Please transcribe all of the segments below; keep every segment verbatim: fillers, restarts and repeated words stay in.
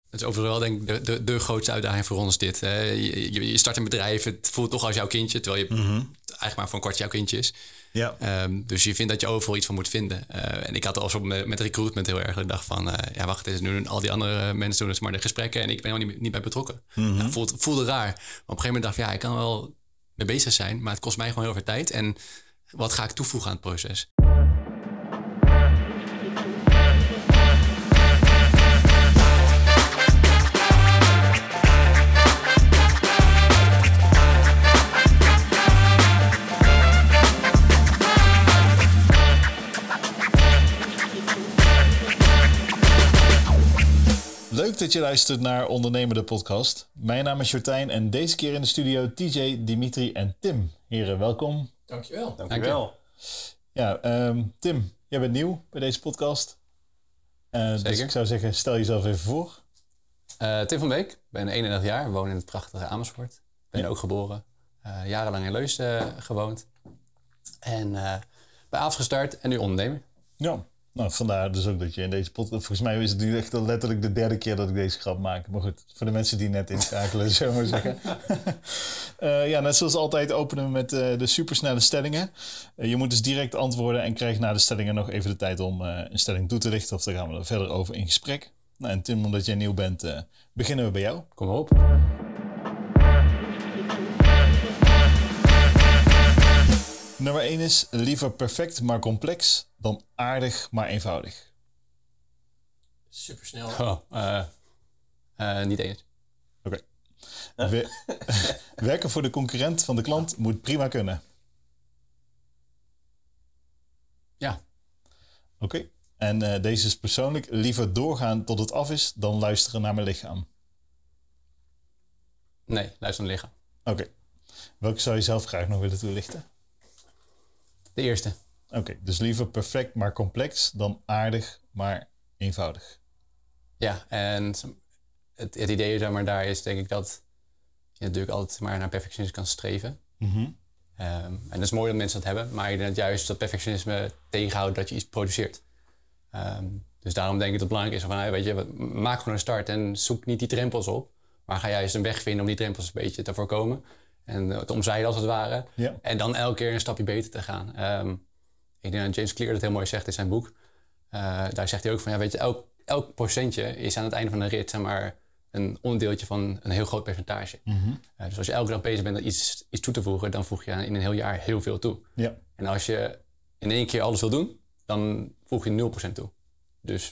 Dat is overal denk ik de, de, de grootste uitdaging voor ons dit. Hè. Je, je start een bedrijf, het voelt toch als jouw kindje... terwijl je mm-hmm. eigenlijk maar voor een kwartje jouw kindje is. Ja. Um, dus je vindt dat je overal iets van moet vinden. Uh, en ik had al zo met, met recruitment heel erg de dag van... Uh, ja, wacht, het is nu al die andere mensen doen dus maar de gesprekken... en ik ben er niet, niet bij betrokken. Mm-hmm. Ja, voelde, voelde raar. Maar op een gegeven moment dacht ik... ja, ik kan er wel mee bezig zijn... maar het kost mij gewoon heel veel tijd. En wat ga ik toevoegen aan het proces? Leuk dat je luistert naar Ondernemer de podcast. Mijn naam is Jordijn en deze keer in de studio T J, Dimitri en Tim. Heren, welkom. Dankjewel. Dankjewel. Ja, um, Tim, jij bent nieuw bij deze podcast. Uh, dus ik zou zeggen, stel jezelf even voor. Uh, Tim van Beek, ben eenendertig jaar, woon in het prachtige Amersfoort. Ben ja. ook geboren, uh, jarenlang in Leus uh, gewoond. En uh, bij Aafs gestart en nu ondernemer. Ja. Nou, vandaar dus ook dat je in deze podcast... Volgens mij is het nu echt letterlijk de derde keer dat ik deze grap maak. Maar goed, voor de mensen die net inschakelen, zullen we maar zeggen. uh, ja, net zoals altijd openen we met uh, de supersnelle stellingen. Uh, je moet dus direct antwoorden en krijgt na de stellingen nog even de tijd om uh, een stelling toe te lichten. Of daar gaan we er verder over in gesprek. Nou, en Tim, omdat jij nieuw bent, uh, beginnen we bij jou. Kom maar op. Nummer één is liever perfect maar complex dan aardig maar eenvoudig. Supersnel. Oh, uh, uh, niet eens. Oké. Okay. We- werken voor de concurrent van de klant moet prima kunnen. Ja. Oké. Okay. En uh, deze is persoonlijk liever doorgaan tot het af is dan luisteren naar mijn lichaam. Nee, luister naar lichaam. Oké. Okay. Welke zou je zelf graag nog willen toelichten? De eerste. Oké, okay, dus liever perfect maar complex dan aardig maar eenvoudig. Ja, en het, het idee zeg maar, daar is denk ik dat je natuurlijk altijd maar naar perfectionisme kan streven. Mm-hmm. Um, en dat is mooi dat mensen dat hebben, maar ik denk dat juist dat perfectionisme tegenhoudt dat je iets produceert. Um, dus daarom denk ik dat het belangrijk is van, weet je, maak gewoon een start en zoek niet die drempels op, maar ga juist een weg vinden om die drempels een beetje te voorkomen. En te omzeilen als het ware. Ja. En dan elke keer een stapje beter te gaan. Um, ik denk dat James Clear dat heel mooi zegt in zijn boek. Uh, daar zegt hij ook van, ja, weet je, elk, elk procentje is aan het einde van de rit, zeg maar, een onderdeeltje van een heel groot percentage. Mm-hmm. Uh, dus als je elke dag bezig bent om iets, iets toe te voegen, dan voeg je in een heel jaar heel veel toe. Ja. En als je in één keer alles wil doen, dan voeg je nul procent toe. Dus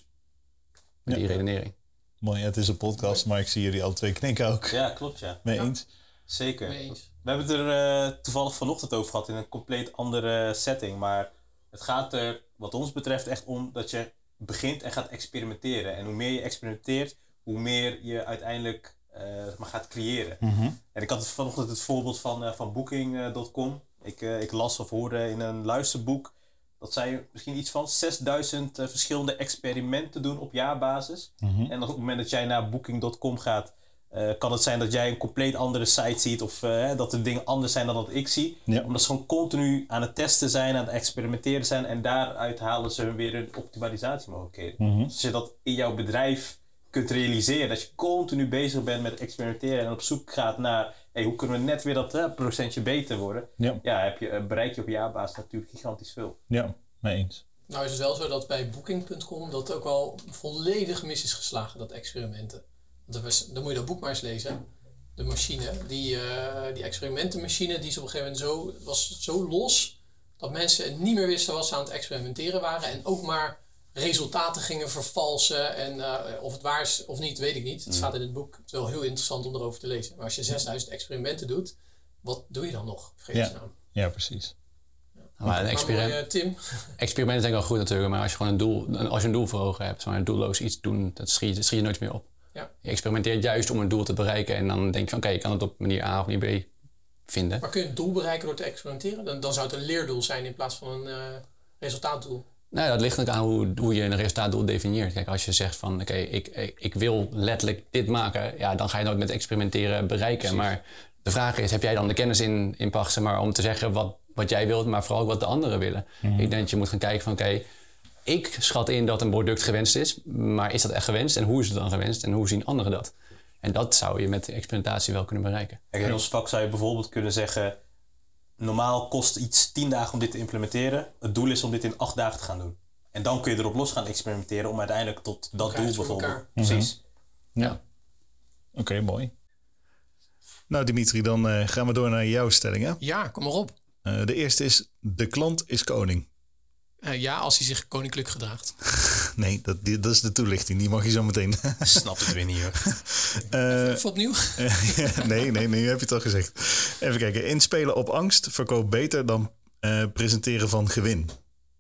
met ja. die redenering. Mooi, het is een podcast, maar ik zie jullie al twee knikken ook. Ja, klopt, ja. Mee ja. eens? Zeker. We hebben het er uh, toevallig vanochtend over gehad in een compleet andere setting. Maar het gaat er wat ons betreft echt om dat je begint en gaat experimenteren. En hoe meer je experimenteert, hoe meer je uiteindelijk uh, maar gaat creëren. Mm-hmm. En ik had vanochtend het voorbeeld van, uh, van Booking dot com. Ik, uh, ik las of hoorde in een luisterboek dat zij misschien iets van zesduizend uh, verschillende experimenten doen op jaarbasis. Mm-hmm. En op het moment dat jij naar Booking dot com gaat, Uh, kan het zijn dat jij een compleet andere site ziet of uh, dat de dingen anders zijn dan dat ik zie. Ja. Omdat ze gewoon continu aan het testen zijn, aan het experimenteren zijn en daaruit halen ze weer een optimalisatiemogelijkheden. Mm-hmm. Dus als je dat in jouw bedrijf kunt realiseren, dat je continu bezig bent met experimenteren en op zoek gaat naar hey, hoe kunnen we net weer dat uh, procentje beter worden, ja. Ja, heb je, uh, bereik je op jaarbasis natuurlijk gigantisch veel. Ja, mee eens. Nou is het wel zo dat bij Booking punt com dat ook al volledig mis is geslagen, dat experimenten. Was, dan moet je dat boek maar eens lezen. De machine, die, uh, die experimentenmachine, die is op een gegeven moment zo, was zo los dat mensen niet meer wisten wat ze aan het experimenteren waren en ook maar resultaten gingen vervalsen. En uh, of het waar is of niet, weet ik niet. Het staat in het boek. Het is wel heel interessant om erover te lezen. Maar als je zesduizend experimenten doet, wat doe je dan nog? Vergeet ja. ja, precies. Ja. Maar een experiment, maar, uh, Tim. Experiment is denk ik wel goed natuurlijk, maar als je gewoon een doel, als je een doel voor ogen hebt, zo'n doelloos iets doen, dat schiet, dat schiet je nooit meer op. Ja. Je experimenteert juist om een doel te bereiken en dan denk je van oké, okay, ik kan het op manier A of manier B vinden. Maar kun je een doel bereiken door te experimenteren? Dan, dan zou het een leerdoel zijn in plaats van een uh, resultaatdoel. Nou, dat ligt natuurlijk aan hoe, hoe je een resultaatdoel definieert. Kijk, als je zegt van oké, okay, ik, ik, ik wil letterlijk dit maken, ja, dan ga je nooit met experimenteren bereiken. Precies. Maar de vraag is, heb jij dan de kennis in, in pacht, zeg maar, om te zeggen wat, wat jij wilt, maar vooral ook wat de anderen willen? Mm-hmm. Ik denk dat je moet gaan kijken van oké, okay, ik schat in dat een product gewenst is, maar is dat echt gewenst? En hoe is het dan gewenst? En hoe zien anderen dat? En dat zou je met de experimentatie wel kunnen bereiken. Kijk, in ons vak zou je bijvoorbeeld kunnen zeggen... normaal kost iets tien dagen om dit te implementeren. Het doel is om dit in acht dagen te gaan doen. En dan kun je erop los gaan experimenteren... om uiteindelijk tot dat doel bijvoorbeeld... Precies. Ja. ja. Oké, okay, mooi. Nou Dimitri, dan uh, gaan we door naar jouw stellingen. Ja, kom maar op. Uh, de eerste is, de klant is koning. Uh, ja, als hij zich koninklijk gedraagt. Nee, dat, die, dat is de toelichting. Die mag je zo meteen. Snap het weer niet hoor. Uh, even, even opnieuw? Uh, nee, nee, nee, heb je het al gezegd. Even kijken. Inspelen op angst verkoopt beter dan uh, presenteren van gewin.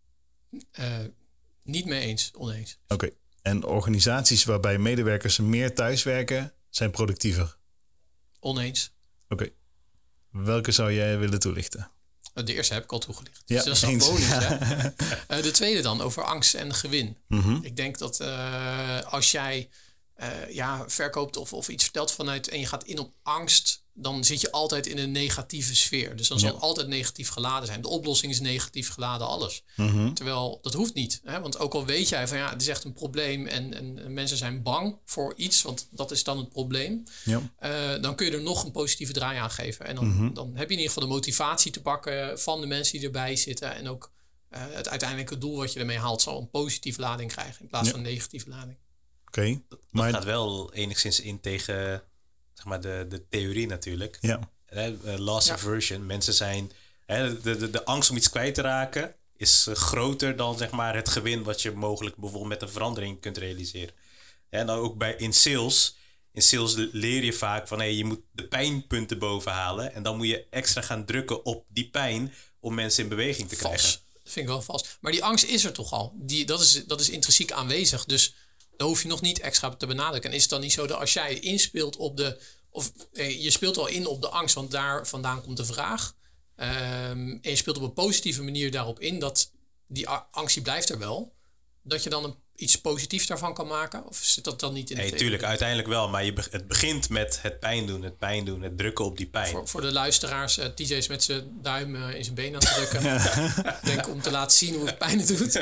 Uh, niet mee eens, oneens. Oké. Okay. En organisaties waarbij medewerkers meer thuiswerken, zijn productiever. Oneens. Oké. Okay. Welke zou jij willen toelichten? De eerste heb ik al toegelicht. Ja, dus dat is dan bonus. Hè? uh, de tweede dan, over angst en gewin. Mm-hmm. Ik denk dat uh, als jij uh, ja, verkoopt of, of iets vertelt vanuit... en je gaat in op angst... dan zit je altijd in een negatieve sfeer. Dus dan zal ja. het altijd negatief geladen zijn. De oplossing is negatief geladen, alles. Mm-hmm. Terwijl, dat hoeft niet. Hè? Want ook al weet jij van ja, het is echt een probleem... En, en, en mensen zijn bang voor iets, want dat is dan het probleem... Ja. Uh, dan kun je er nog een positieve draai aan geven. En dan, mm-hmm. dan heb je in ieder geval de motivatie te pakken... van de mensen die erbij zitten. En ook uh, het uiteindelijke doel wat je ermee haalt... zal een positieve lading krijgen in plaats ja. van een negatieve lading. Oké. Okay. Dat, dat maar... gaat wel enigszins in tegen... zeg maar de, de theorie natuurlijk. Ja. Uh, loss ja. aversion. Mensen zijn... Hè, de, de, de angst om iets kwijt te raken... is uh, groter dan zeg maar, het gewin... wat je mogelijk bijvoorbeeld met een verandering kunt realiseren. En dan ook bij, in sales... In sales leer je vaak van... Hey, je moet de pijnpunten bovenhalen... en dan moet je extra gaan drukken op die pijn... om mensen in beweging te vals. krijgen. Dat vind ik wel vals. Maar die angst is er toch al. Die, dat, is, dat is intrinsiek aanwezig. Dus daar hoef je nog niet extra te benadrukken. En is het dan niet zo dat als jij inspeelt op de... of eh, je speelt al in op de angst, want daar vandaan komt de vraag. Um, en je speelt op een positieve manier daarop in... dat die angst die blijft er wel. Dat je dan een, iets positiefs daarvan kan maken? Of zit dat dan niet in de Nee, tuurlijk, uiteindelijk wel. Maar je be- het begint met het pijn doen, het pijn doen, het drukken op die pijn. Voor, voor de luisteraars, uh, T J is met zijn duim uh, in zijn been aan het drukken. Ja. Denk om te laten zien hoe het pijn het doet.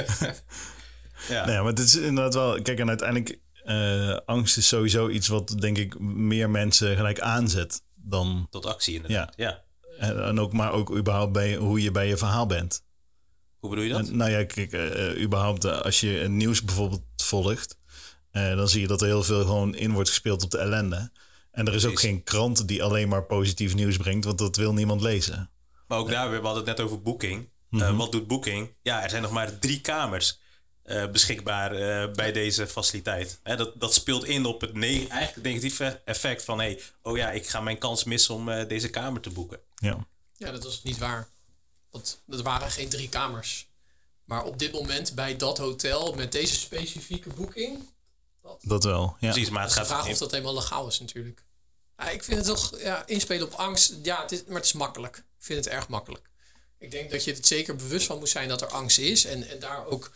Ja. Nee, maar het is inderdaad wel... Kijk, en uiteindelijk... Uh, angst is sowieso iets wat, denk ik, meer mensen gelijk aanzet dan... Tot actie inderdaad, ja. ja. En, en ook, maar ook überhaupt bij hoe je bij je verhaal bent. Hoe bedoel je dat? En, nou ja, kijk, uh, überhaupt uh, als je nieuws bijvoorbeeld volgt... Uh, dan zie je dat er heel veel gewoon in wordt gespeeld op de ellende. En er is ook Precies. geen krant die alleen maar positief nieuws brengt... want dat wil niemand lezen. Maar ook daar weer, we hadden het net over Booking. Mm-hmm. Uh, wat doet Booking? Ja, er zijn nog maar drie kamers... Uh, beschikbaar uh, bij deze faciliteit. Hè, dat, dat speelt in op het ne- eigenlijk negatieve effect van... Hey, oh ja, ik ga mijn kans missen om uh, deze kamer te boeken. Ja. ja, dat was niet waar. Want er waren geen drie kamers. Maar op dit moment bij dat hotel met deze specifieke boeking... Dat, dat wel, ja. Precies, maar het gaat gaat... de vraag of dat helemaal legaal is natuurlijk. Ja, ik vind het toch... Ja, inspelen op angst, ja, het is, maar het is makkelijk. Ik vind het erg makkelijk. Ik denk dat je het zeker bewust van moet zijn dat er angst is. En, en daar ook...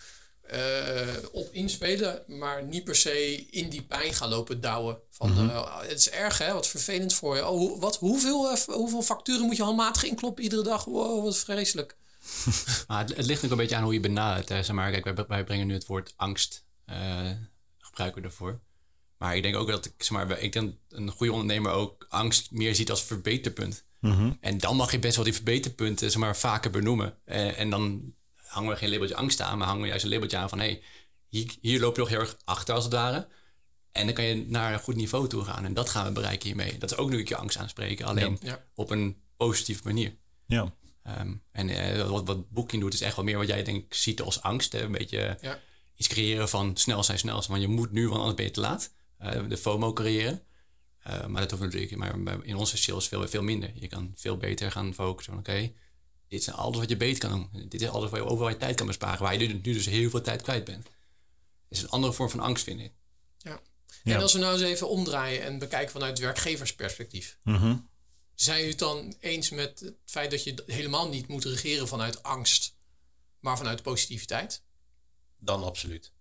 Uh, op inspelen, maar niet per se in die pijn gaan lopen douwen. Van, mm-hmm. uh, het is erg, hè? Wat vervelend voor je. Oh, wat, hoeveel, uh, hoeveel facturen moet je handmatig inkloppen iedere dag? Wow, wat vreselijk. Maar het, het ligt ook een beetje aan hoe je benadert. Hè? Zeg maar, kijk, wij, wij brengen nu het woord angst, uh, gebruiken we ervoor. Maar ik denk ook dat zeg maar, ik denk een goede ondernemer ook angst meer ziet als verbeterpunt. Mm-hmm. En dan mag je best wel die verbeterpunten zeg maar, vaker benoemen. Uh, en dan hangen we geen labeltje angst aan, maar hangen we juist een labeltje aan van... hey, hier, hier loop je nog heel erg achter als het ware. En dan kan je naar een goed niveau toe gaan. En dat gaan we bereiken hiermee. Dat is ook nog een keer angst aanspreken. Alleen ja. Ja. op een positieve manier. Ja. Um, en uh, wat, wat Booking doet is echt wel meer wat jij denk ik ziet als angst. Hè? Een beetje ja. iets creëren van snel zijn, snel zijn. Want je moet nu, want anders ben je te laat. Uh, de FOMO creëren. Uh, maar dat hoeft natuurlijk maar in onze sales veel, veel minder. Je kan veel beter gaan focussen van oké... Okay, dit is alles wat je beter kan doen. Dit is alles waar je overal je tijd kan besparen. Waar je nu, nu dus heel veel tijd kwijt bent. Het is een andere vorm van angst, vind ik. Ja. Ja. En als we nou eens even omdraaien en bekijken vanuit werkgeversperspectief. Mm-hmm. Zijn jullie het dan eens met het feit dat je helemaal niet moet regeren vanuit angst, maar vanuit positiviteit? Dan absoluut.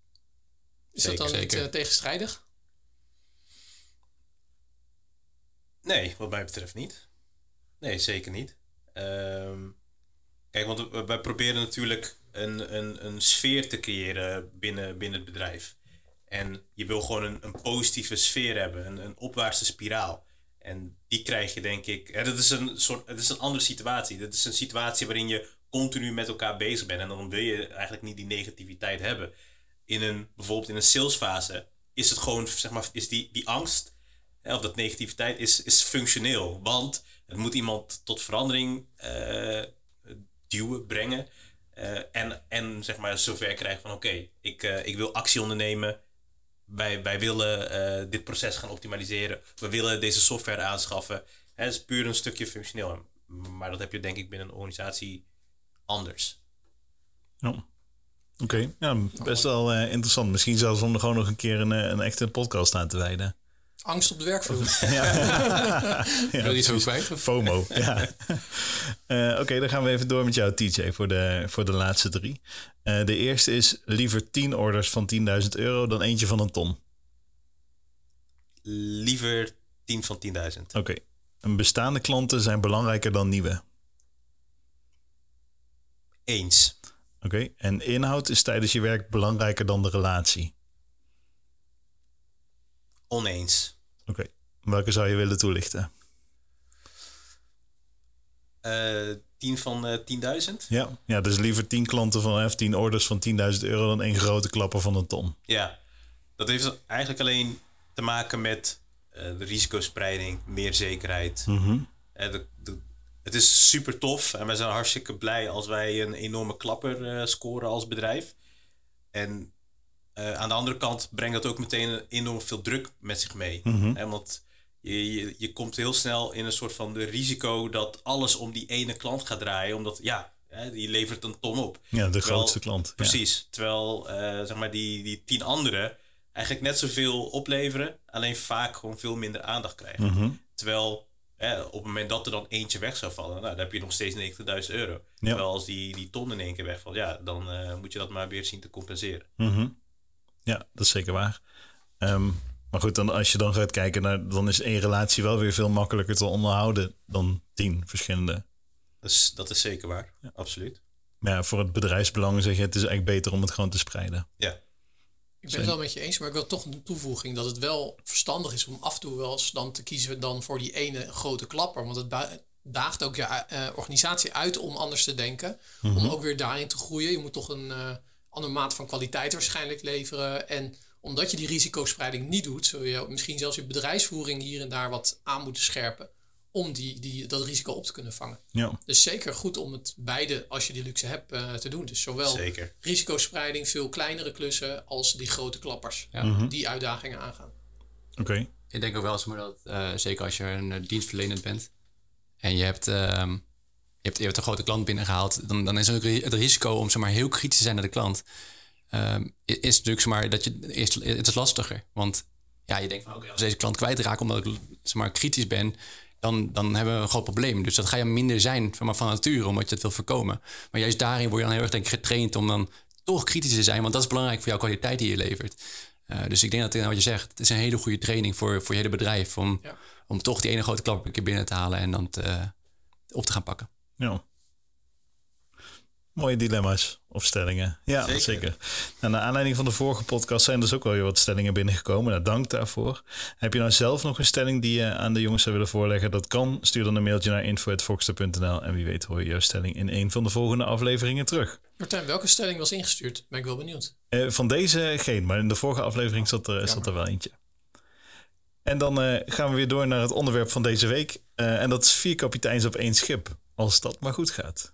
Is zeker, dat dan zeker. niet uh, tegenstrijdig? Nee, wat mij betreft niet. Nee, zeker niet. Um, kijk, want wij proberen natuurlijk een, een, een sfeer te creëren binnen, binnen het bedrijf. En je wil gewoon een, een positieve sfeer hebben, een, een opwaartse spiraal. En die krijg je denk ik... Hè, dat is een soort, het is een andere situatie. Dat is een situatie waarin je continu met elkaar bezig bent. En dan wil je eigenlijk niet die negativiteit hebben. In een, bijvoorbeeld in een salesfase is het gewoon, zeg maar, is die, die angst... Hè, of dat negativiteit is, is functioneel. Want het moet iemand tot verandering uh, duwen, brengen. Uh, en, en zeg maar zover krijgen van oké, okay, ik, uh, ik wil actie ondernemen... Wij, wij willen uh, dit proces gaan optimaliseren. We willen deze software aanschaffen. Hè, het is puur een stukje functioneel. Maar dat heb je denk ik binnen een organisatie anders. Ja. Oké, okay. Ja, best wel uh, interessant. Misschien zelfs om er gewoon nog een keer een, een echte podcast aan te wijden. Angst op de werkvloer. Ja. Ja, wil je zo kwijt? FOMO, ja. uh, Oké, okay, dan gaan we even door met jou, T J, voor de, voor de laatste drie. Uh, de eerste is liever tien orders van tienduizend euro dan eentje van een ton. Liever tien van tienduizend. Oké. Okay. En bestaande klanten zijn belangrijker dan nieuwe. Eens. Oké. Okay. En inhoud is tijdens je werk belangrijker dan de relatie. Oneens. Oké. Okay. Welke zou je willen toelichten? Uh, tien van uh, tienduizend? Ja. Ja, dus liever tien klanten van F, tien orders van tienduizend euro dan één grote klapper van een ton. Ja, dat heeft eigenlijk alleen te maken met uh, de risicospreiding, meer zekerheid. Mm-hmm. Uh, de, de, het is super tof en wij zijn hartstikke blij als wij een enorme klapper uh, scoren als bedrijf. En uh, aan de andere kant brengt dat ook meteen enorm veel druk met zich mee. Mm-hmm. Hè, want je, je, je komt heel snel in een soort van de risico dat alles om die ene klant gaat draaien. Omdat, ja, hè, die levert een ton op. Ja, de terwijl, grootste klant. Precies. Ja. Terwijl, uh, zeg maar, die, die tien anderen eigenlijk net zoveel opleveren. Alleen vaak gewoon veel minder aandacht krijgen. Mm-hmm. Terwijl, hè, op het moment dat er dan eentje weg zou vallen, nou, dan heb je nog steeds negentigduizend euro. Ja. Terwijl als die, die ton in één keer wegvalt, ja, dan uh, moet je dat maar weer zien te compenseren. Mm-hmm. Ja, dat is zeker waar. Um, maar goed, dan, als je dan gaat kijken naar, dan is één relatie wel weer veel makkelijker te onderhouden dan tien verschillende. Dus dat is zeker waar, ja. Absoluut. Maar ja, voor het bedrijfsbelang zeg je, het is eigenlijk beter om het gewoon te spreiden. Ja. Ik ben het wel met je eens, maar ik wil toch een toevoeging dat het wel verstandig is om af en toe wel eens dan te kiezen dan voor die ene grote klapper. Want het daagt ook je uh, organisatie uit om anders te denken. Mm-hmm. Om ook weer daarin te groeien. Je moet toch een uh, andere maat van kwaliteit waarschijnlijk leveren. En omdat je die risicospreiding niet doet, zul je misschien zelfs je bedrijfsvoering hier en daar wat aan moeten scherpen. Om die, die, dat risico op te kunnen vangen. Ja. Dus zeker goed om het beide, als je die luxe hebt, uh, te doen. Dus zowel zeker. risicospreiding, veel kleinere klussen, als die grote klappers. Ja, mm-hmm. Die uitdagingen aangaan. Oké. Okay. Ik denk ook wel eens maar dat, uh, zeker als je een uh, dienstverlenend bent en je hebt, uh, je, hebt, je hebt een grote klant binnengehaald, dan, dan is ook het risico om zeg maar, heel kritisch te zijn naar de klant. Um, is natuurlijk zeg maar, dat je eerst, het is lastiger. Want ja, je denkt van oké, okay, als deze klant kwijtraak omdat ik zeg maar, kritisch ben, Dan, dan hebben we een groot probleem. Dus dat ga je minder zijn van, van nature, omdat je het wil voorkomen. Maar juist daarin word je dan heel erg denk ik, getraind om dan toch kritisch te zijn. Want dat is belangrijk voor jouw kwaliteit die je levert. Uh, dus ik denk dat wat je zegt, het is een hele goede training voor, voor je hele bedrijf. Om, ja. om toch die ene grote klap een keer binnen te halen en dan te, op te gaan pakken. Ja. Mooie dilemma's of stellingen. Ja, zeker. zeker. Nou, naar aanleiding van de vorige podcast zijn dus ook wel weer wat stellingen binnengekomen. Nou, dank daarvoor. Heb je nou zelf nog een stelling die je aan de jongens zou willen voorleggen? Dat kan. Stuur dan een mailtje naar info at foxter punt n l en wie weet hoor je jouw stelling in een van de volgende afleveringen terug. Martijn, welke stelling was ingestuurd? Ben ik wel benieuwd. Uh, van deze geen, maar in de vorige aflevering zat er, zat er wel eentje. En dan uh, gaan we weer door naar het onderwerp van deze week. Uh, en dat is vier kapiteins op één schip. Als dat maar goed gaat.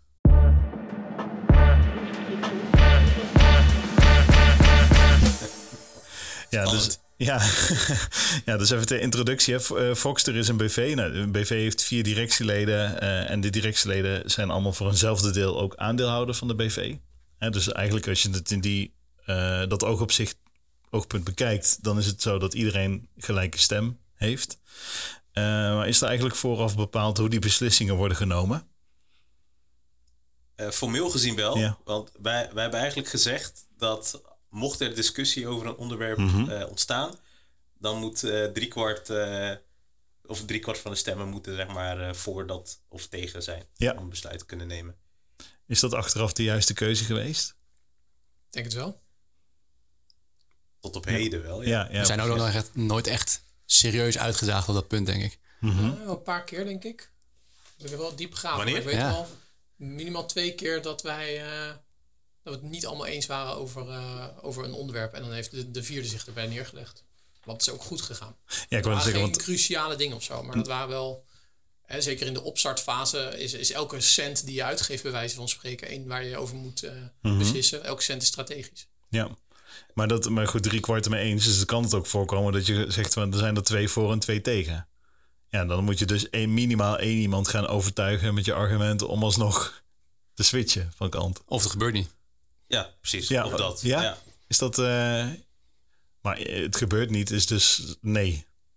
Ja, dus, ja, ja, dus even ter introductie. Hè. Foxter is een B V. Nou, een B V heeft vier directieleden. Uh, en de directieleden zijn allemaal voor eenzelfde deel ook aandeelhouder van de B V. Hè, dus eigenlijk als je het in die, uh, dat oogopzicht, oogpunt bekijkt, dan is het zo dat iedereen gelijke stem heeft. Uh, maar is er eigenlijk vooraf bepaald hoe die beslissingen worden genomen? Uh, formeel gezien wel. Ja. Want wij, wij hebben eigenlijk gezegd dat mocht er discussie over een onderwerp mm-hmm. uh, ontstaan, dan moet uh, driekwart uh, of driekwart van de stemmen moeten zeg maar uh, voor dat of tegen zijn ja. om een besluit te kunnen nemen. Is dat achteraf de juiste keuze geweest? Ik denk het wel. Tot op heden wel, ja. Ja, ja, We zijn ook nog echt, nooit echt serieus uitgedaagd op dat punt, denk ik. Mm-hmm. Uh, een paar keer, denk ik. Ik ben wel diep gegaan. Wanneer? Ik weet Ja. wel minimaal twee keer dat wij uh, dat we het niet allemaal eens waren over, uh, over een onderwerp. En dan heeft de, de vierde zich erbij neergelegd. Want het is ook goed gegaan. Ja, ik Het wou waren zeggen, geen want cruciale dingen of zo. Maar dat waren wel... Hè, zeker in de opstartfase is, is elke cent die je uitgeeft, bij wijze van spreken, één waar je over moet uh, Mhm. beslissen. Elke cent is strategisch. ja. Maar, dat, maar goed, drie kwart mee eens. Dus dan kan het ook voorkomen dat je zegt, van, er zijn er twee voor en twee tegen. Ja, dan moet je dus één, minimaal één iemand gaan overtuigen met je argumenten om alsnog te switchen van kant. Of het gebeurt niet. Ja, precies. Ja, of dat. ja? Ja. Is dat... Uh, maar het gebeurt niet, is dus nee.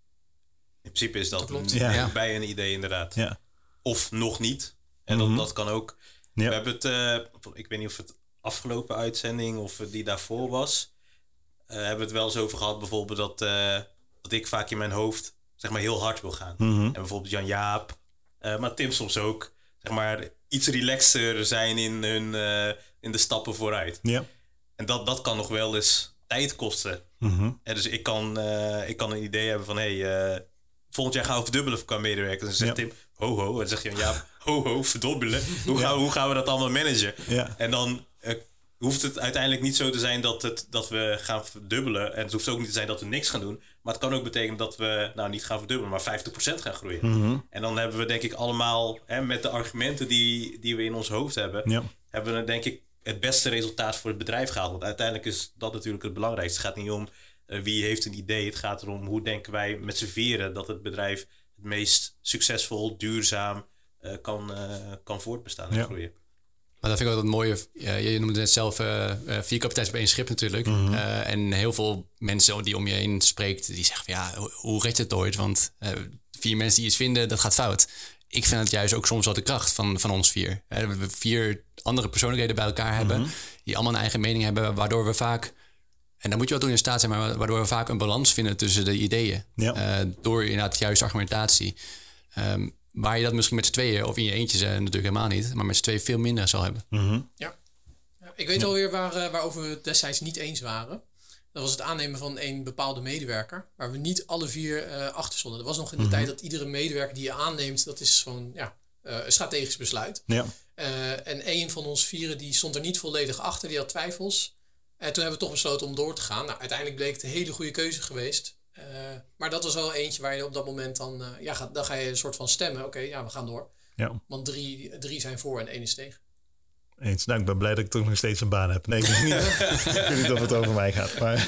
In principe is dat, Dat klopt. Ja. Ja. bij een idee inderdaad. Ja. Of nog niet. En Mhm. dat, dat kan ook. Ja. We hebben het, uh, ik weet niet of het afgelopen uitzending of die daarvoor was. Uh, hebben we het wel eens over gehad bijvoorbeeld dat, uh, dat ik vaak in mijn hoofd zeg maar heel hard wil gaan. Mhm. En bijvoorbeeld Jan-Jaap, uh, maar Tim soms ook, zeg maar iets relaxter zijn in, hun, uh, in de stappen vooruit. Ja. En dat, dat kan nog wel eens tijd kosten. Mhm. En dus ik kan, uh, ik kan een idee hebben van, hé, hey, uh, volgend jaar gaan we verdubbelen qua medewerkers. En dan zegt Ja. Tim, ho ho. En dan zeg je, ja, ho ho, verdubbelen. Hoe, gaan we, hoe gaan we dat allemaal managen? Ja. En dan uh, hoeft het uiteindelijk niet zo te zijn dat, het, dat we gaan verdubbelen. En het hoeft ook niet te zijn dat we niks gaan doen. Maar het kan ook betekenen dat we nou niet gaan verdubbelen, maar vijftig procent gaan groeien. Mhm. En dan hebben we denk ik allemaal, hè, met de argumenten die, die we in ons hoofd hebben, Ja. hebben we denk ik het beste resultaat voor het bedrijf gehaald. Want uiteindelijk is dat natuurlijk het belangrijkste. Het gaat niet om uh, wie heeft een idee. Het gaat erom hoe denken wij met z'n vieren dat het bedrijf het meest succesvol, duurzaam uh, kan, uh, kan voortbestaan en Ja. groeien. Maar dat vind ik ook het mooie. Uh, je noemde het zelf uh, uh, vier kapiteins op één schip natuurlijk. Mhm. Uh, en heel veel mensen die om je heen spreekt, die zeggen van ja, hoe, hoe red je het ooit? Want uh, vier mensen die iets vinden, dat gaat fout. Ik vind het juist ook soms wel de kracht van, van ons vier. Uh, dat we vier andere persoonlijkheden bij elkaar hebben, Mhm. die allemaal een eigen mening hebben, waardoor we vaak, en dan moet je wel toe in staat zijn, maar waardoor we vaak een balans vinden tussen de ideeën. Ja. Uh, door inderdaad de juiste argumentatie. Um, Waar je dat misschien met z'n tweeën of in je eentje uh, natuurlijk helemaal niet, maar met z'n tweeën veel minder zal hebben. Mhm. Ja. Ja, ik weet alweer waar, uh, waarover we het destijds niet eens waren. Dat was het aannemen van een bepaalde medewerker, waar we niet alle vier uh, achter stonden. Dat was nog in de Mhm. tijd dat iedere medewerker die je aanneemt, dat is gewoon ja, uh, een strategisch besluit. Ja. Uh, en een van ons vieren die stond er niet volledig achter, die had twijfels. En toen hebben we toch besloten om door te gaan. Nou, uiteindelijk bleek het een hele goede keuze geweest. Uh, maar dat was wel eentje waar je op dat moment dan... Uh, ja, ga, dan ga je een soort van stemmen. Oké, okay, ja, we gaan door. Ja. Want drie, drie zijn voor en één is tegen. Eens. Nou, ik ben blij dat ik toch nog steeds een baan heb. Nee, ik weet niet, ik weet niet of het over mij gaat. Maar,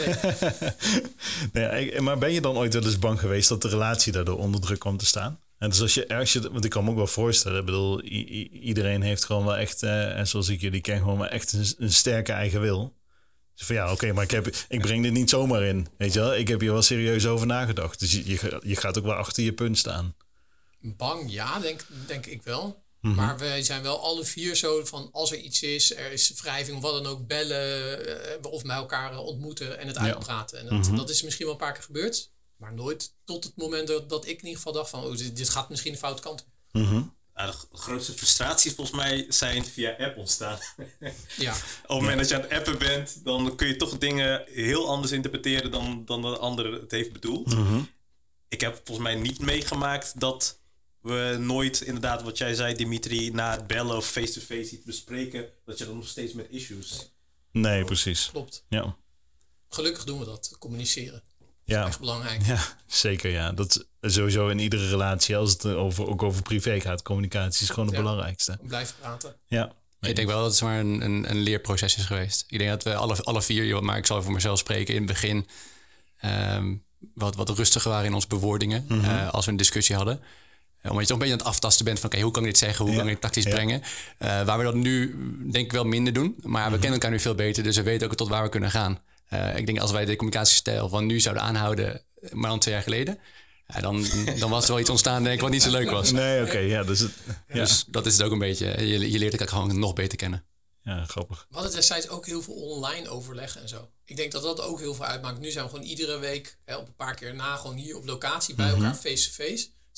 nee. nee, maar ben je dan ooit wel eens bang geweest dat de relatie daardoor onder druk kwam te staan? En dus als je, als je, want ik kan me ook wel voorstellen, ik bedoel, i, i, iedereen heeft gewoon wel echt, uh, en zoals ik jullie ken, gewoon wel echt een, een sterke eigen wil. Dus van ja, oké, okay, maar ik, heb, ik breng dit niet zomaar in, weet je wel. Ik heb hier wel serieus over nagedacht. Dus je, je, je gaat ook wel achter je punt staan. Bang, ja, denk, denk ik wel. Mm-hmm. Maar wij zijn wel alle vier zo van, als er iets is, er is wrijving of wat dan ook, bellen uh, of met elkaar ontmoeten en het ja. uitpraten. En dat, mm-hmm. dat is misschien wel een paar keer gebeurd. Maar nooit tot het moment dat, dat ik in ieder geval dacht van, oh, dit, dit gaat misschien de foute kant op. Mm-hmm. Nou, de grootste frustraties volgens mij zijn via app ontstaan. Ja. Op het moment dat je aan het appen bent, dan kun je toch dingen heel anders interpreteren dan, dan de ander het heeft bedoeld. Mm-hmm. Ik heb volgens mij niet meegemaakt dat we nooit, inderdaad wat jij zei Dimitri, na het bellen of face-to-face iets bespreken, dat je dan nog steeds met issues... Nee, precies. Klopt. Ja. Gelukkig doen we dat, communiceren. Ja. Dat is echt belangrijk. Ja, zeker ja. Dat is sowieso in iedere relatie, als het over, ook over privé gaat, communicatie is gewoon het ja. belangrijkste. Blijf praten. Ja. Ik denk wel dat het maar een, een, een leerproces is geweest. Ik denk dat we alle, alle vier, maar ik zal voor mezelf spreken, in het begin um, wat, wat rustiger waren in onze bewoordingen mm-hmm. uh, als we een discussie hadden. Omdat je toch een beetje aan het aftasten bent van oké, okay, hoe kan ik dit zeggen? Hoe ja. kan ik het tactisch ja. brengen? Uh, waar we dat nu denk ik wel minder doen. Maar mm-hmm. we kennen elkaar nu veel beter, dus we weten ook tot waar we kunnen gaan. Uh, ik denk als wij de communicatiestijl van nu zouden aanhouden, maar dan twee jaar geleden, ja, dan, dan was er wel iets ontstaan denk ik wat niet zo leuk was. Nee, oké, okay, ja, dus, het, ja. dus dat is het ook een beetje. Je, je leert elkaar gewoon nog beter kennen. Ja, grappig. We hadden destijds ook heel veel online overleg en zo. Ik denk dat dat ook heel veel uitmaakt. Nu zijn we gewoon iedere week, hè, op een paar keer na, gewoon hier op locatie bij mm-hmm. elkaar face-to-face. Het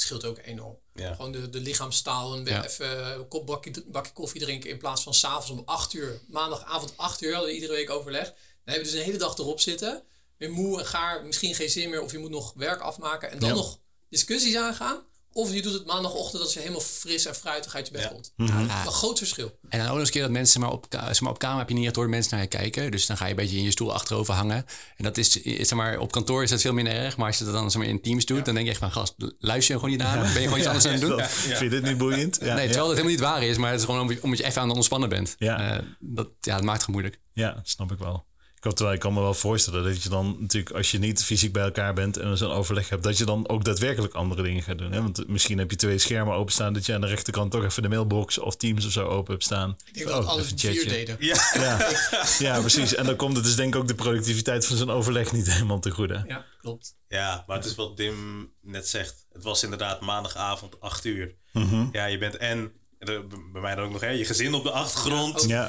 scheelt ook enorm. Ja. Gewoon de, de lichaamstaal en Ja. even een kop bakje, bakje koffie drinken in plaats van 's avonds om acht uur. Maandagavond acht uur hadden we iedere week overleg. Dan hebben we dus een hele dag erop zitten. Weer moe en gaar, misschien geen zin meer of je moet nog werk afmaken. En dan Ja. nog discussies aangaan. Of je doet het maandagochtend dat je helemaal fris en fruitig uit je bed Ja. komt. Mhm. Ja, een groot verschil. En dan ook nog eens een keer dat mensen maar op, ka- zeg maar op kamer heb je niet echt door de mensen naar je kijken. Dus dan ga je een beetje in je stoel achterover hangen. En dat is, is zeg maar, op kantoor is dat veel minder erg. Maar als je dat dan zeg maar, in teams doet, dan denk je echt van gast, luister je gewoon niet naar me? Ben je gewoon iets anders aan het doen? Dat- Vind je dit niet boeiend? Ja, Nee, ja. terwijl het helemaal niet waar is, maar het is gewoon om- omdat je even aan het ontspannen bent. Ja. Eh, dat, ja, dat maakt het moeilijk. Ja, snap ik wel. Ik, kan- terwijl ik kan me wel voorstellen dat je dan natuurlijk, als je niet fysiek bij elkaar bent en zo'n overleg hebt, dat je dan ook daadwerkelijk andere dingen gaat doen. Hè? Want misschien heb je twee schermen openstaan, dat je aan de rechterkant toch even de mailbox of Teams of zo open hebt staan. Ik denk dat alle even vier chatje. deden. Ja. Ja. ja, precies. En dan komt het dus denk ik ook de productiviteit van zo'n overleg niet helemaal te goede. Ja, klopt. Ja, maar het is wat Dim net zegt. Het was inderdaad maandagavond acht uur. Mhm. Ja, je bent en, en bij mij dan ook nog, hè, je gezin op de achtergrond. Ja,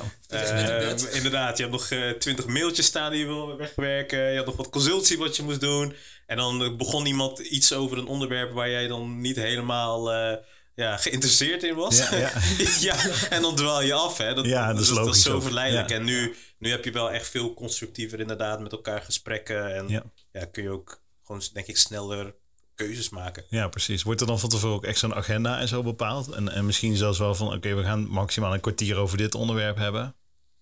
Eh, inderdaad, je hebt nog eh, twintig mailtjes staan die je wil wegwerken. Je had nog wat consultie wat je moest doen. En dan eh, begon iemand iets over een onderwerp waar jij dan niet helemaal eh, ja, geïnteresseerd in was. Ja, ja. Ja, en dan dwaal je af. Hè. Dat, Ja, dat is dat, dat logisch is zo ook. verleidelijk. Ja. En nu, nu heb je wel echt veel constructiever inderdaad met elkaar gesprekken. En Ja. ja, kun je ook gewoon, denk ik, sneller keuzes maken. ja, precies. Wordt er dan van tevoren ook echt zo'n agenda en zo bepaald? En, en misschien zelfs wel van, oké, we gaan maximaal een kwartier over dit onderwerp hebben.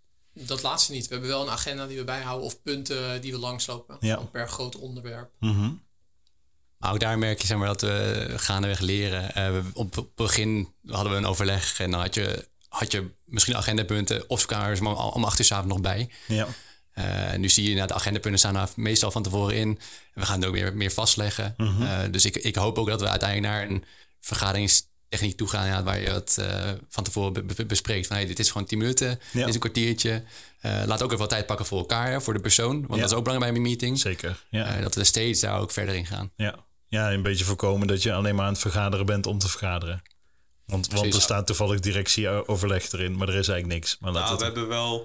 Dat laatste niet. We hebben wel een agenda die we bijhouden of punten die we langslopen. Ja. Gewoon per groot onderwerp. Mhm. Maar ook daar merk je zeg maar, dat we gaandeweg leren. Eh, we- op het begin hadden we een overleg en dan had je, had je misschien agendapunten of kamers maar om acht uur 's avonds nog bij. Ja. Uh, nu zie je nou, de agendapunten staan er meestal van tevoren in. We gaan het ook weer meer vastleggen. Mhm. Uh, dus ik, ik hoop ook dat we uiteindelijk naar een vergaderingstechniek toe gaan, ja, waar je het uh, van tevoren be- be- bespreekt. Van hey, dit is gewoon tien minuten, Ja. dit is een kwartiertje. Uh, laat ook even wat tijd pakken voor elkaar, hè, voor de persoon. Want Ja. dat is ook belangrijk bij een meeting. Zeker. Ja. Uh, dat we steeds daar ook verder in gaan. Ja. ja, een beetje voorkomen dat je alleen maar aan het vergaderen bent om te vergaderen. Want, want er Precies. staat toevallig directieoverleg erin, maar er is eigenlijk niks. Maar laat Nou, we het... hebben wel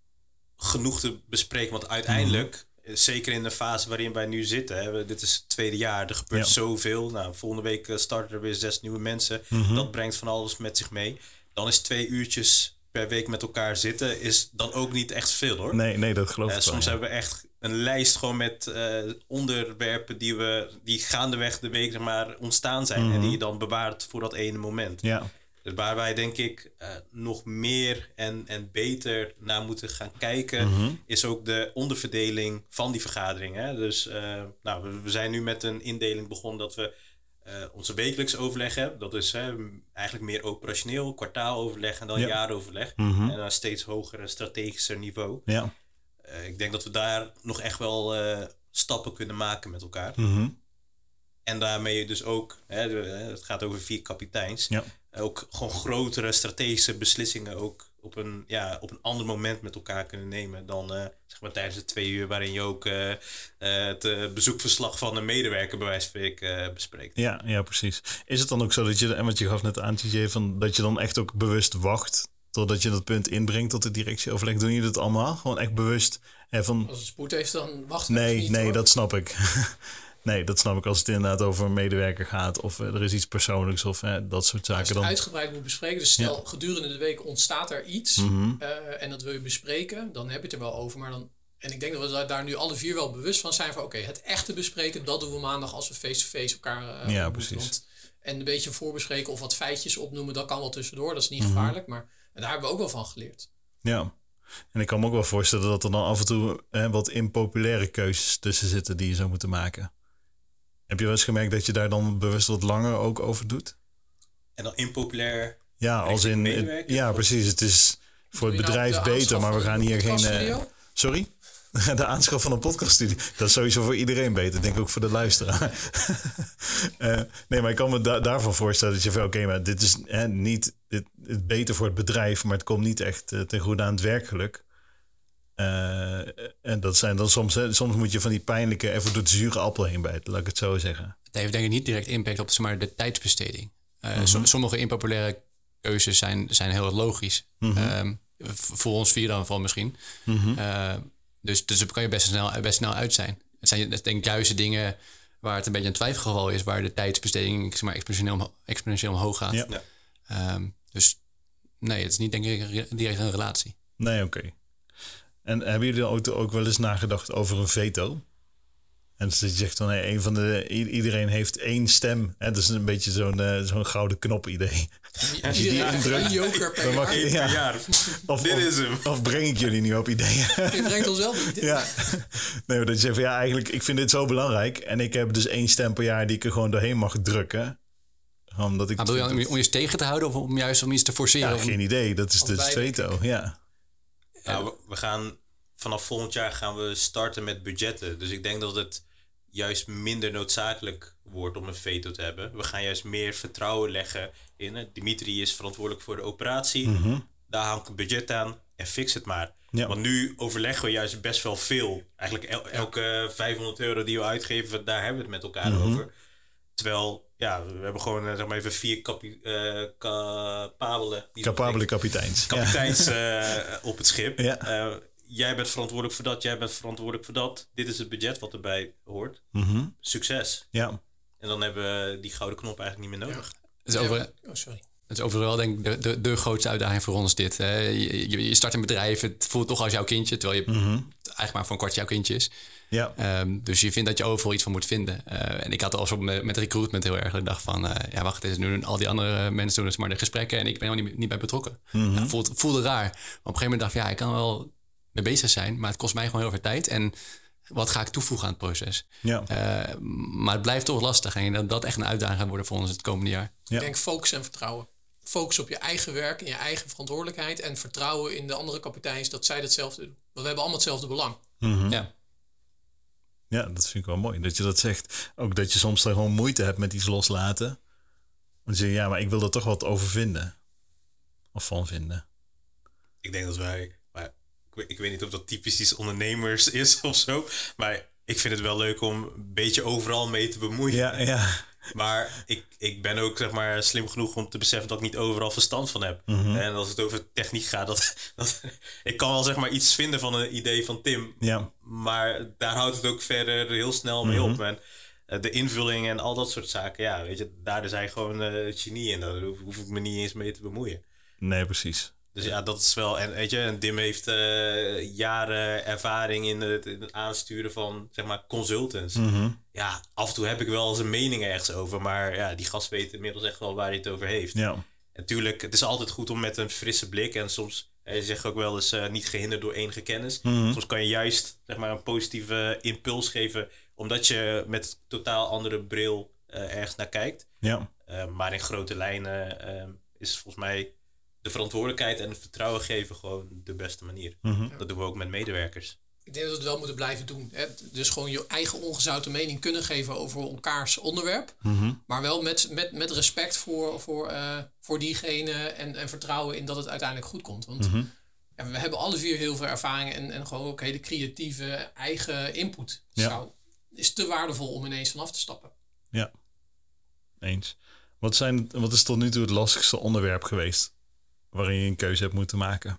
genoeg te bespreken. Want uiteindelijk, zeker in de fase waarin wij nu zitten, hè, we- dit is het tweede jaar, er gebeurt Ja. zoveel. Nou, volgende week eh, starten er weer zes nieuwe mensen. Mhm. Dat brengt van alles met zich mee. Dan is twee uurtjes per week met elkaar zitten, is dan ook niet echt veel hoor. Nee, nee, dat geloof Eh, ik wel. soms ja. hebben we echt een lijst gewoon met eh, onderwerpen die we die gaandeweg de week zeg maar ontstaan zijn Mhm. en die je dan bewaart voor dat ene moment. Ja, Dus waar wij denk ik eh, nog meer en, en beter naar moeten gaan kijken, Mhm. is ook de onderverdeling van die vergadering. Hè? Dus eh, nou, we, we zijn nu met een indeling begonnen dat we eh, onze wekelijks overleg hebben. Dat is hè, eigenlijk meer operationeel, kwartaaloverleg en dan Ja. jaaroverleg. Mhm. En dan steeds hoger en strategischer niveau. ja. Eh, ik denk dat we daar nog echt wel eh, stappen kunnen maken met elkaar. Mhm. En daarmee dus ook, hè, de- hè, het gaat over vier kapiteins, Ja. ook gewoon grotere strategische beslissingen ook op een, ja, op een ander moment met elkaar kunnen nemen dan eh, zeg maar tijdens de twee uur waarin je ook eh, eh, het eh, bezoekverslag van een medewerker bij wijze van spreken eh, bespreekt. Ja, ja, precies. Is het dan ook zo dat je, en wat je gaf net aan, T J, van dat je dan echt ook bewust wacht totdat je dat punt inbrengt tot de directieoverleg? Doen jullie dat allemaal? Gewoon echt bewust? En van, Als het spoed heeft, dan wacht het nee, niet. nee, hoor. dat snap ik. Nee, dat snap ik als het inderdaad over een medewerker gaat of eh, er is iets persoonlijks of eh, dat soort Als je zaken. het Dan, uitgebreid moet bespreken, dus stel gedurende de week ontstaat er iets Mhm. eh, en dat wil je bespreken, dan heb je het er wel over. Maar dan, en ik denk dat we daar- daar nu alle vier wel bewust van zijn van oké, het echte bespreken, dat doen we maandag als we face-to-face elkaar eh, Ja, ontmoeten. precies. Want- en een beetje voorbespreken of wat feitjes opnoemen, dat kan wel tussendoor, dat is niet Mhm. gevaarlijk. Maar daar hebben we ook wel van geleerd. Ja. En ik kan me ook wel voorstellen dat er dan af en toe eh, wat impopulaire keuzes tussen zitten die je zou moeten maken. Heb je wel eens gemerkt dat je daar dan bewust wat langer ook over doet? En dan impopulair. Ja, als Richting in. medewerkers, ja, of? precies. Het is voor het Doe je nou bedrijf de beter, maar we aanschaf gaan van hier een geen. eh, podcaststudio? sorry? De aanschaf van een podcaststudio. Dat is sowieso voor iedereen beter. Ik denk ook voor de luisteraar. Eh, nee, maar ik kan me da- daarvan voorstellen dat je van oké, maar dit is hè, niet dit, het beter voor het bedrijf, maar het komt niet echt eh, ten goede aan het werkgeluk. Eh, en dat zijn dan soms, hè, soms moet je van die pijnlijke even door de zure appel heen bijten, laat ik het zo zeggen. Het heeft denk ik niet direct impact op zeg maar, de tijdsbesteding. Uh, Mhm. som- sommige impopulaire keuzes zijn, zijn heel erg logisch. Mhm. Um, v- voor ons vier dan van misschien. Mhm. Uh, dus, dus daar kan je best snel, best snel uit zijn. Het zijn denk ik juist de dingen waar het een beetje een twijfelgeval is, waar de tijdsbesteding zeg maar, exponentieel, exponentieel omhoog gaat. Ja. Ja. Um, dus nee, het is niet denk ik direct een relatie. Nee, oké. Okay. En hebben jullie ook, ook wel eens nagedacht over een veto? En dus dat je zegt van hey, een van de iedereen heeft één stem. Hè? Dat is een beetje zo'n, uh, zo'n gouden knop idee. Als je die indrukt, een joker per jaar. jaar. Ja. jaar. Of, Dit of, is hem. Of breng ik jullie nu op ideeën? Je brengt ons wel niet. Ja. Nee, maar dat je zegt van ja, eigenlijk, ik vind dit zo belangrijk. En ik heb dus één stem per jaar die ik er gewoon doorheen mag drukken. Omdat ik. Maar bedoel je om, om je tegen te houden of om juist om iets te forceren? Ja, geen idee. Dat is het veto, ja. Nou, we, we gaan vanaf volgend jaar gaan we starten met budgetten. Dus ik denk dat het juist minder noodzakelijk wordt om een veto te hebben. We gaan juist meer vertrouwen leggen in het. Dimitri is verantwoordelijk voor de operatie. Mm-hmm. Daar hangt een budget aan en fix het maar. Ja. Want nu overleggen we juist best wel veel. Eigenlijk el- elke vijfhonderd euro die we uitgeven, daar hebben we het met elkaar mm-hmm. over. Terwijl, ja, we hebben gewoon zeg maar even vier capi- uh, capabele... Capabele kapiteins. Kapiteins ja. uh, op het schip. Ja. Uh, jij bent verantwoordelijk voor dat, jij bent verantwoordelijk voor dat. Dit is het budget wat erbij hoort. Mm-hmm. Succes. Ja. En dan hebben we die gouden knop eigenlijk niet meer nodig. Ja. Het is over... Oh, sorry. Het is overal denk ik de, de, de grootste uitdaging voor ons dit. Hè. Je, je, je start een bedrijf, het voelt toch als jouw kindje, terwijl je mm-hmm. eigenlijk maar voor een kwartje jouw kindje is. Ja. Um, dus je vindt dat je overal iets van moet vinden. Uh, en ik had al zo met, met recruitment heel erg de dag van, uh, ja wacht eens, nu doen al die andere mensen doen dus maar de gesprekken en ik ben er niet, niet bij betrokken. Mm-hmm. Ja, voelde, voelde raar. Maar op een gegeven moment dacht ik, ja, ik kan wel mee bezig zijn, maar het kost mij gewoon heel veel tijd. En wat ga ik toevoegen aan het proces? Ja. Uh, maar het blijft toch lastig en dat dat echt een uitdaging gaat worden voor ons het komende jaar. Ja. Ik denk focus en vertrouwen. Focus op je eigen werk en je eigen verantwoordelijkheid en vertrouwen in de andere kapiteins dat zij datzelfde doen. Want we hebben allemaal hetzelfde belang. Mm-hmm. Ja. Ja, dat vind ik wel mooi dat je dat zegt. Ook dat je soms er gewoon moeite hebt met iets loslaten. Want je zegt, ja, maar ik wil er toch wat over vinden. Of van vinden. Ik denk dat wij, maar ik, ik weet niet of dat typisch iets ondernemers is of zo. Maar ik vind het wel leuk om een beetje overal mee te bemoeien. Ja, ja. Maar ik, ik ben ook zeg maar slim genoeg om te beseffen dat ik niet overal verstand van heb. Mm-hmm. En als het over techniek gaat, dat, dat, ik kan wel zeg maar iets vinden van een idee van Tim. Ja. Maar daar houdt het ook verder heel snel mee mm-hmm. op. En uh, de invulling en al dat soort zaken, ja, weet je, daar is hij gewoon uh, genie in. Daar hoef, hoef ik me niet eens mee te bemoeien. Nee, precies. Dus ja, dat is wel... En weet je, en Dim heeft uh, jaren ervaring in het, in het aansturen van, zeg maar, consultants. Mm-hmm. Ja, af en toe heb ik wel eens een mening ergens over. Maar ja, die gast weet inmiddels echt wel waar hij het over heeft. Ja. Natuurlijk, het is altijd goed om met een frisse blik. En soms, je zegt ook wel eens, uh, niet gehinderd door enige kennis. Mm-hmm. Soms kan je juist, zeg maar, een positieve impuls geven. Omdat je met een totaal andere bril uh, ergens naar kijkt. Ja. Uh, maar in grote lijnen uh, is volgens mij de verantwoordelijkheid en het vertrouwen geven gewoon de beste manier. Mm-hmm. Dat doen we ook met medewerkers. Ik denk dat we het wel moeten blijven doen. Hè? Dus gewoon je eigen ongezouten mening kunnen geven over elkaars onderwerp. Mm-hmm. Maar wel met, met, met respect voor, voor, uh, voor diegene en, en vertrouwen in dat het uiteindelijk goed komt. Want mm-hmm. ja, we hebben alle vier heel veel ervaring en, en gewoon ook hele creatieve eigen input. Ja. Zou, is te waardevol om ineens vanaf te stappen. Ja, eens. Wat, zijn, wat is tot nu toe het lastigste onderwerp geweest waarin je een keuze hebt moeten maken?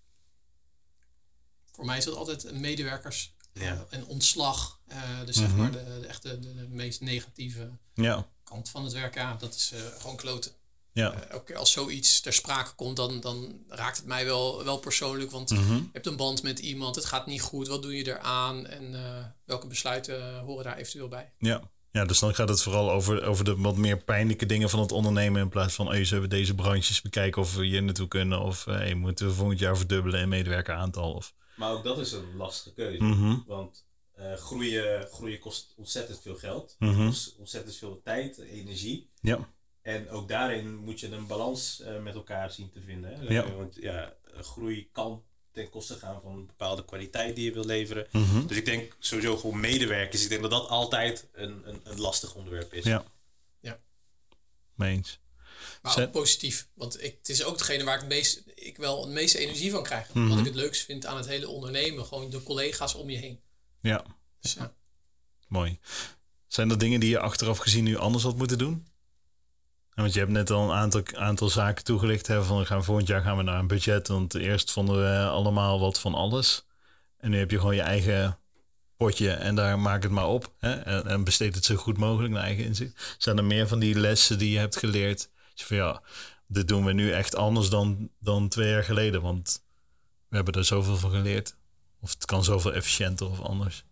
Voor mij is dat altijd medewerkers ja. en ontslag. Uh, dus mm-hmm. zeg maar de, de, echte, de, de meest negatieve ja. kant van het werk. Ja, dat is uh, gewoon kloten. Ja. Uh, ook als zoiets ter sprake komt, dan, dan raakt het mij wel, wel persoonlijk. Want mm-hmm. je hebt een band met iemand, het gaat niet goed. Wat doe je eraan? En uh, welke besluiten uh, horen daar eventueel bij? Ja. Ja, dus dan gaat het vooral over, over de wat meer pijnlijke dingen van het ondernemen. In plaats van, hey, zullen we deze branches bekijken of we hier naartoe kunnen. Of hey, moeten we volgend jaar verdubbelen in medewerkeraantal. Of... Maar ook dat is een lastige keuze. Mm-hmm. Want uh, groeien, groeien kost ontzettend veel geld. Mm-hmm. Kost ontzettend veel tijd, energie. Ja. En ook daarin moet je een balans uh, met elkaar zien te vinden. Hè? Ja. Uh, want ja, groei kan ten koste gaan van een bepaalde kwaliteit die je wil leveren. Mm-hmm. Dus ik denk sowieso gewoon medewerkers. Ik denk dat dat altijd een, een, een lastig onderwerp is. Ja. Ja. Meens. Maar Zet... ook positief. Want ik, het is ook degene waar ik, het meest, ik wel het meeste energie van krijg. Mm-hmm. Wat ik het leukst vind aan het hele ondernemen. Gewoon de collega's om je heen. Ja. Dus, ja. Mooi. Zijn er dingen die je achteraf gezien nu anders had moeten doen? Want je hebt net al een aantal, aantal zaken toegelicht. Hè, van gaan, volgend jaar gaan we naar een budget. Want eerst vonden we allemaal wat van alles. En nu heb je gewoon je eigen potje en daar maak het maar op. Hè? En, en besteed het zo goed mogelijk naar eigen inzicht. Zijn er meer van die lessen die je hebt geleerd? Dus van ja, dit doen we nu echt anders dan, dan twee jaar geleden. Want we hebben er zoveel van geleerd. Of het kan zoveel efficiënter of anders.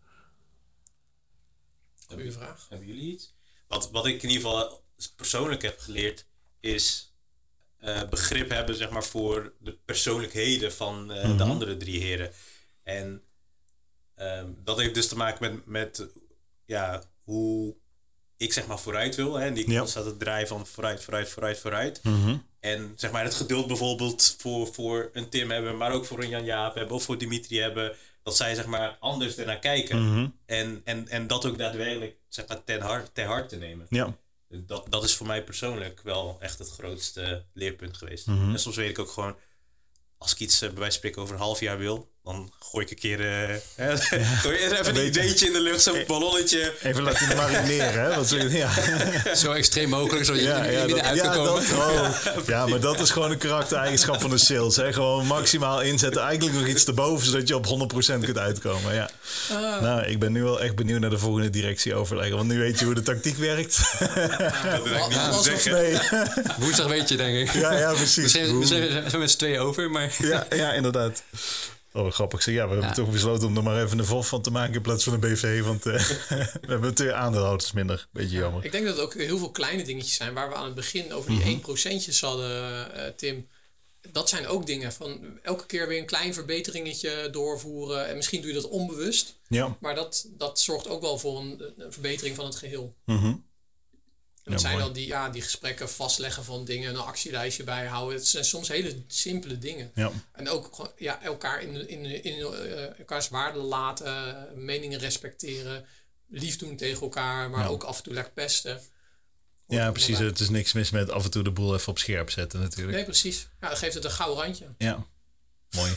Goeie vraag. Hebben jullie iets? Wat, wat ik in ieder geval persoonlijk heb geleerd is uh, begrip hebben, zeg maar, voor de persoonlijkheden van uh, mm-hmm. de andere drie heren. En um, dat heeft dus te maken met, met ja, hoe ik, zeg maar, vooruit wil. Hè? En die constant ja. het draaien van vooruit, vooruit, vooruit, vooruit. Mm-hmm. En zeg maar het geduld bijvoorbeeld voor, voor een Tim hebben, maar ook voor een Jan-Jaap hebben of voor Dimitri hebben. Dat zij, zeg maar, anders ernaar kijken. Mm-hmm. En, en, en dat ook daadwerkelijk, zeg maar, ten hart, ter hart te nemen. Ja. Dat, dat is voor mij persoonlijk wel echt het grootste leerpunt geweest. Mm-hmm. En soms weet ik ook gewoon, als ik iets uh, bij wijze van spreken over een half jaar wil, dan gooi ik een keer uh, ja. gooi even een ideetje in de lucht, zo'n ballonnetje. Even laten marineren, hè? Wat zo, ja. Zo extreem mogelijk, zodat je ja, er ja, niet uit kan komen. Dat, oh. Ja, maar dat is gewoon een karaktereigenschap van de sales. Hè? Gewoon maximaal inzetten, eigenlijk nog iets erboven, zodat je op honderd procent kunt uitkomen. Ja. Uh. Nou, ik ben nu wel echt benieuwd naar de volgende directie overleggen, want nu weet je hoe de tactiek werkt. Uh, dat wil ik niet ja, zeggen. Nee. Woensdag weet je, denk ik. Ja, ja, precies. Misschien, misschien zijn we met z'n tweeën over, maar... Ja, ja, inderdaad. Oh, grappig. Ja, we hebben ja. toch besloten om er maar even een V O F van te maken in plaats van een B V. Want uh, we hebben twee aandeelhouders minder. Beetje jammer. Ik denk dat het ook heel veel kleine dingetjes zijn. Waar we aan het begin over die mm-hmm. één procentjes hadden, uh, Tim. Dat zijn ook dingen van elke keer weer een klein verbeteringetje doorvoeren. En misschien doe je dat onbewust. Ja. Maar dat, dat zorgt ook wel voor een, een verbetering van het geheel. Mm-hmm. En dat ja, zijn dan die, ja, die gesprekken vastleggen van dingen, een actielijstje bijhouden. Het zijn soms hele simpele dingen. Ja. En ook gewoon, ja, elkaar in, in, in, in uh, elkaars waarde laten, meningen respecteren, lief doen tegen elkaar, maar ja. ook af en toe lekker pesten. Ja, precies. Het is niks mis met af en toe de boel even op scherp zetten natuurlijk. Nee, precies. Ja, dan geeft het een gouden randje. Ja, mooi.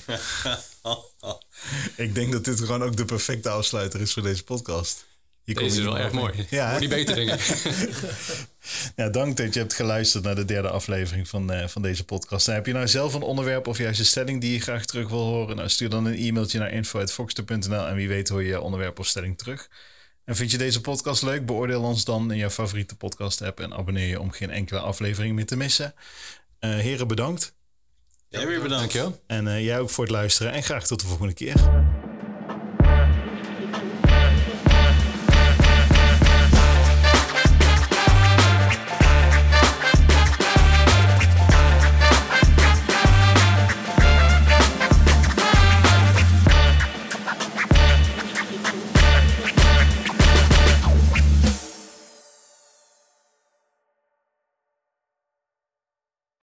Ik denk dat dit gewoon ook de perfecte afsluiter is voor deze podcast. Je Deze is wel erg mooi. Ja. Voor die beteringen. Ja, dank dat je hebt geluisterd naar de derde aflevering van, uh, van deze podcast. En heb je nou zelf een onderwerp of juist een stelling die je graag terug wil horen? Nou, stuur dan een e-mailtje naar info at foxter punt n l en wie weet hoor je je onderwerp of stelling terug. En vind je deze podcast leuk? Beoordeel ons dan in jouw favoriete podcast app en abonneer je om geen enkele aflevering meer te missen. Uh, heren, bedankt. Jij weer bedankt. Dankjewel. En uh, jij ook voor het luisteren en graag tot de volgende keer.